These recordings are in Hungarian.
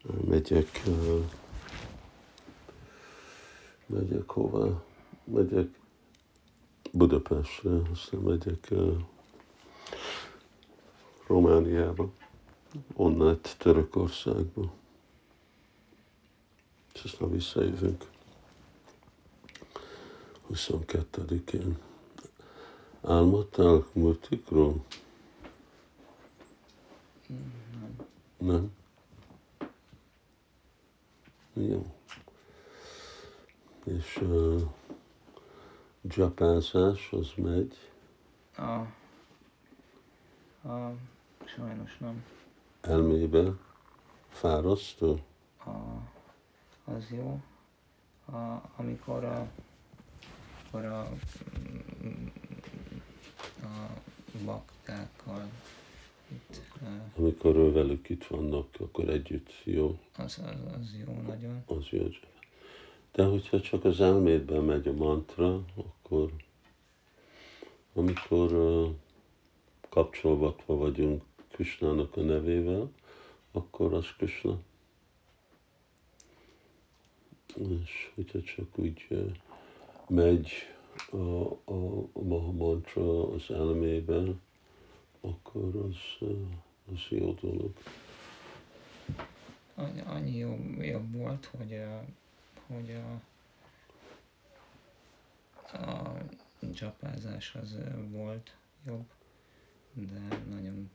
megyek, megyek hova? Megyek Budapestre, aztán megyek Romániába, onnan Törökországba, és aztán visszajövünk 22-én. Álmodtál Murtikról? Nem? Jó. És dzsapázás az megy? Sajnos nem. Elmébe fárasztó? Az jó. Amikor a baktákkal itt, amikor velük itt vannak, akkor együtt jó. az jó nagyon. Az jó. De hogyha csak az elmédben megy a mantra, akkor amikor kapcsolgatva vagyunk Krisnának a nevével, akkor az Krishna. És hogyha csak úgy megy a Maha mantra az elmébe, akkor az jó dolog. Annyi jobb volt, hogy a dzsapázás az volt jobb, de nagyon...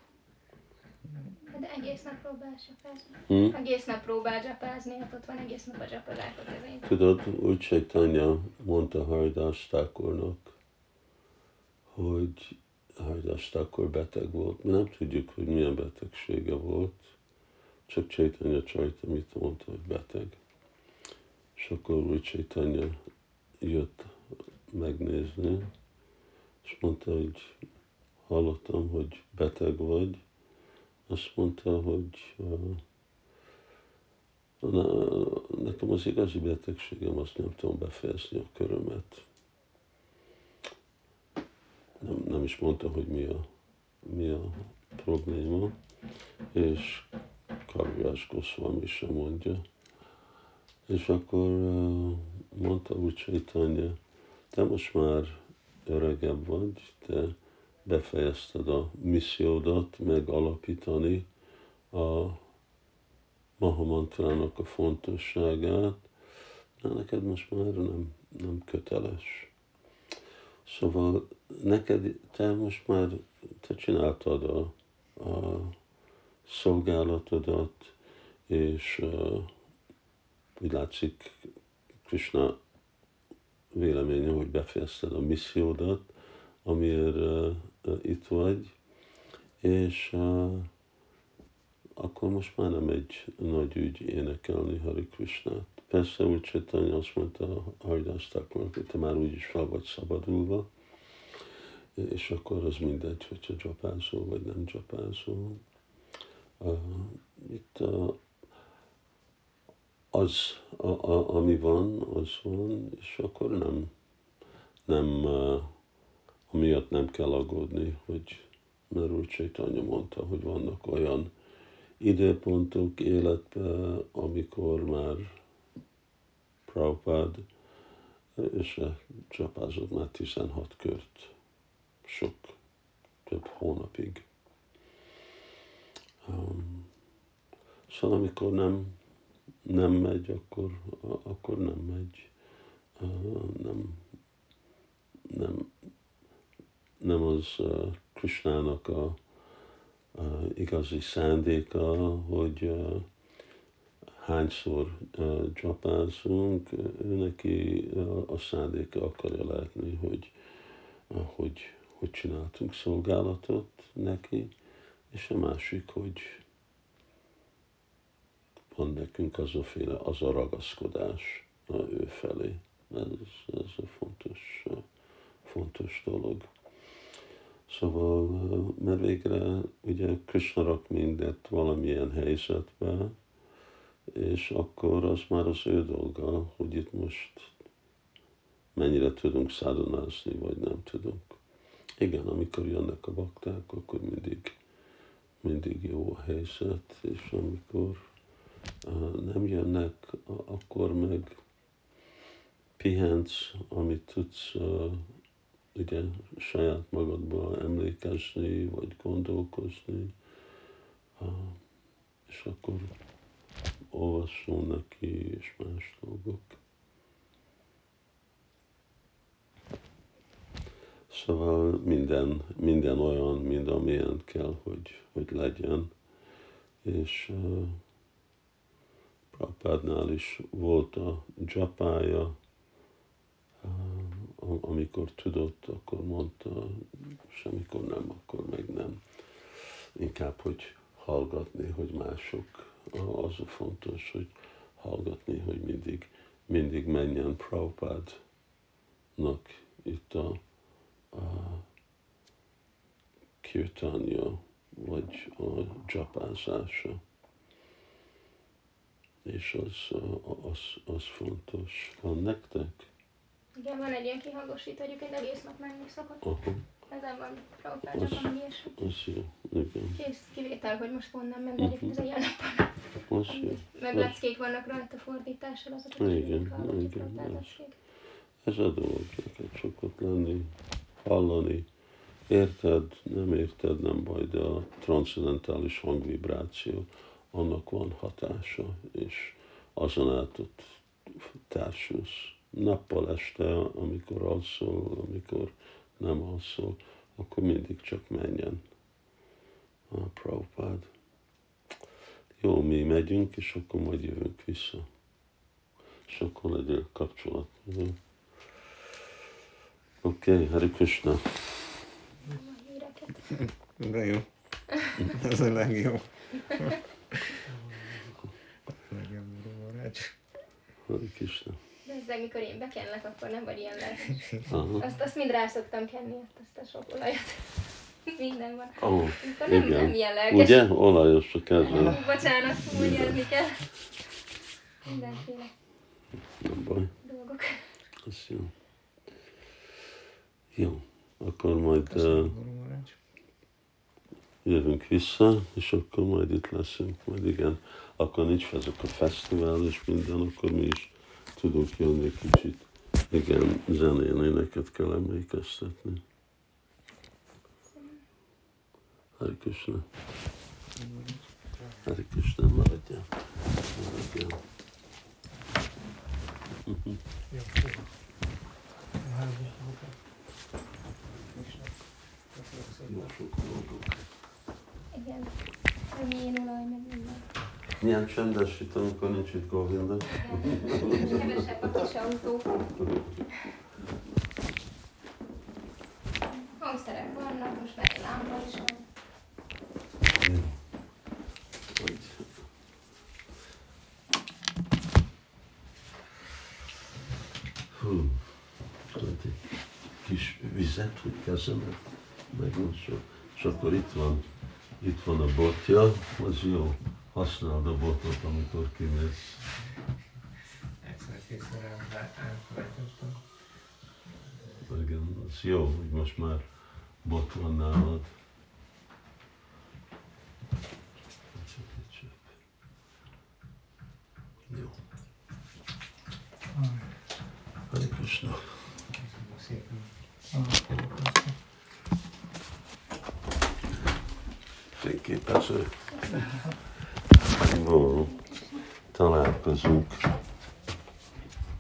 De egész nap próbál dzsapázni. Egész nap próbál dzsapázni, hát ott van egész nap a dzsapazás a kezén. Tudod, úgy Chaitanya mondta Haridas Thakurnak, hogy Haridas Thakur beteg volt. Mi nem tudjuk, hogy milyen betegsége volt, csak Chaitanya Charitamrita mondta, hogy beteg. És akkor úgy Chaitanya jött megnézni, és mondta, hogy hallottam, hogy beteg vagy. Azt mondta, hogy nekem az igazi betegségem, azt nem tudom befejezni a körömet. Nem is mondta, hogy mi a probléma, és Kaviraj Goswami sem mondja. És akkor mondta úgy Chaitanya, te most már öregebb vagy, te befejezted a missziódat megalapítani a Maha mantrának a fontosságát, de neked most már nem köteles. Szóval neked, te csináltad a szolgálatodat, és úgy látszik Krishna véleménye, hogy befejezted a missziódat, amiért itt vagy, és akkor most már nem egy nagy ügy énekelni Hari Krishnát. Persze úgy Chaitanya azt mondta Haridas Thakurnak, hogy te már úgyis fel vagy szabadulva, és akkor az mindegy, hogyha dzsapázol vagy nem dzsapázol. Itt ami van, az van, és akkor amiatt nem kell aggódni, hogy mert úgy Chaitanya mondta, hogy vannak olyan időpontok életben, amikor már Prabhupád, és csapázott már 16 kört, több hónapig. Szóval amikor nem megy, akkor nem megy. Nem az Krishnának a igazi szándéka, hogy hányszor dzsapázunk, ő neki a szándéka akarja látni, hogy csináltunk szolgálatot neki, és a másik, hogy van nekünk az a ragaszkodás ő felé. Ez a fontos dolog. Szóval, mert végre ugye Krishna rak mindet valamilyen helyzetbe, és akkor az már az ő dolga, hogy itt most mennyire tudunk szádonázni, vagy nem tudunk. Igen, amikor jönnek a bakták, akkor mindig jó a helyzet, és amikor pihensz, amit tudsz ugye saját magadban emlékezni, vagy gondolkozni, és akkor olvasson neki, és más dolgok. Szóval minden olyan, mint amilyen kell, hogy legyen. És Prabhupádnál is volt a dzsapája, amikor tudott, akkor mondta, és amikor nem, akkor meg nem. Inkább, hogy hallgatni, hogy mások, az a fontos, hogy hallgatni, hogy mindig menjen Prabhupádnak itt a kirtanya, vagy a dzsapázása. És az fontos. Van nektek? Igen, van egy ilyen kihangosító, egyébként egész nap menni szokott. Aha. Ezen van Prabhupád Japa, és Az jó, igen. kész kivétel, hogy most pont nem, mert egyébként ez ilyen nappal. Az jó. Meg leckék vannak rajta fordítással, azokat is Igen, mindig hallgatjuk, igen, Prabhupád az. leckék. Ez a dolog, neked csak ott lenni, hallani. Érted, nem baj, de a transzendentális hangvibráció, annak van hatása, és azon át ott társulsz. Nappal este, amikor alszol, amikor nem alszol, akkor mindig csak menjen a Prabhupád. Jó, mi megyünk, és akkor majd jövünk vissza. És akkor legyen kapcsolat. Oké, Hare Krishna. A híreket. De jó. Ez a legjobb. Legjobb Maharaj. Hare Krishna. De ezzel, mikor én bekenlek, akkor nem vagy ilyen lelkes. Aha. Azt mind rá szoktam kenni, azt a sok olajat. Minden van. Ó, Mikor nem igen. ilyen lelkes. Ugye? Olajos a kezed. Bocsánat, úgy érni kell. Mindenféle Nem baj. dolgok. Ez jó. Jó. Akkor majd Köszönöm, Guru Maharaj. jövünk vissza, és akkor majd itt leszünk. Majd igen, akkor nincs ezek a fesztivál és minden, akkor mi is tudunk jönni kicsit. Igen, zenén, éneket kell emlékeztetni. Hare Krishna. Hare Krishna, maradjál. Maradjál. Jó sok dolgok. Igen. Meg én olaj, meg minden. Milyen csendes itt, amikor nincs itt Govinda. És kevesebb a kis autó. Hangszerek vannak, most már egy lámpa is van. Hú, egy kis vizet, hogy kezemet megmossam. És akkor itt van a botja, az jó. Használd a botot, amikor kimész. Egyszer-kétszer elfelejtettem. Igen, az jó, hogy most már bot van nálad. Csak egy csepp. Jó. Hare Krishna. Köszönöm szépen. Fényképező. Jó, találkozunk.